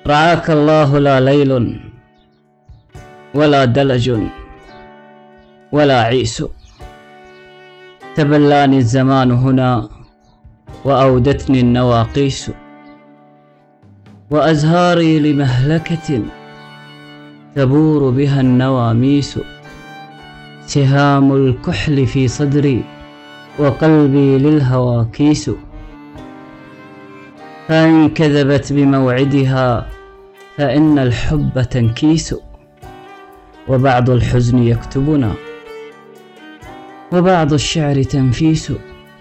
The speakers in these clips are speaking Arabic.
رعاك الله لا ليل ولا دلج ولا عيس. تبلاني الزمان هنا وأودتني النواقيس، وأزهاري لمهلكة تبور بها النواميس. سهام الكحل في صدري وقلبي للهوى كيس، فإن كذبت بموعدها فإن الحب تنكيس. وبعض الحزن يكتبنا وبعض الشعر تنفيس،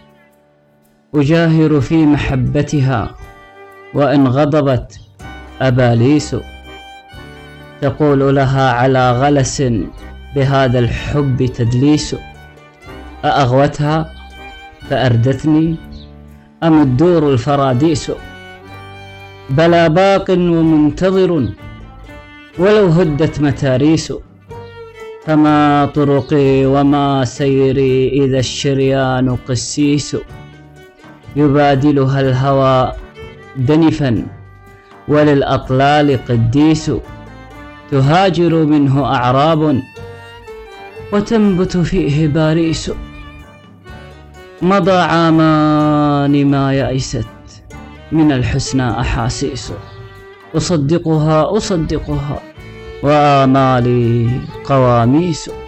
أجاهر في محبتها وإن غضبت أباليس. تقول لها على غلس بهذا الحب تدليس، أأغوتها فأردتني أم الدور الفراديس. بلى باق ومنتظر ولو هدت متاريس، فما طرقي وما سيري إذا الشريان قسيس. يبادلها الهوى دنفا وللأطلال قديس، تهاجر منه أعراب وتنبت فيه باريس. مضى عامان ما يئست من الحسنى أحاسيس، أصدقها وآمالي قواميس.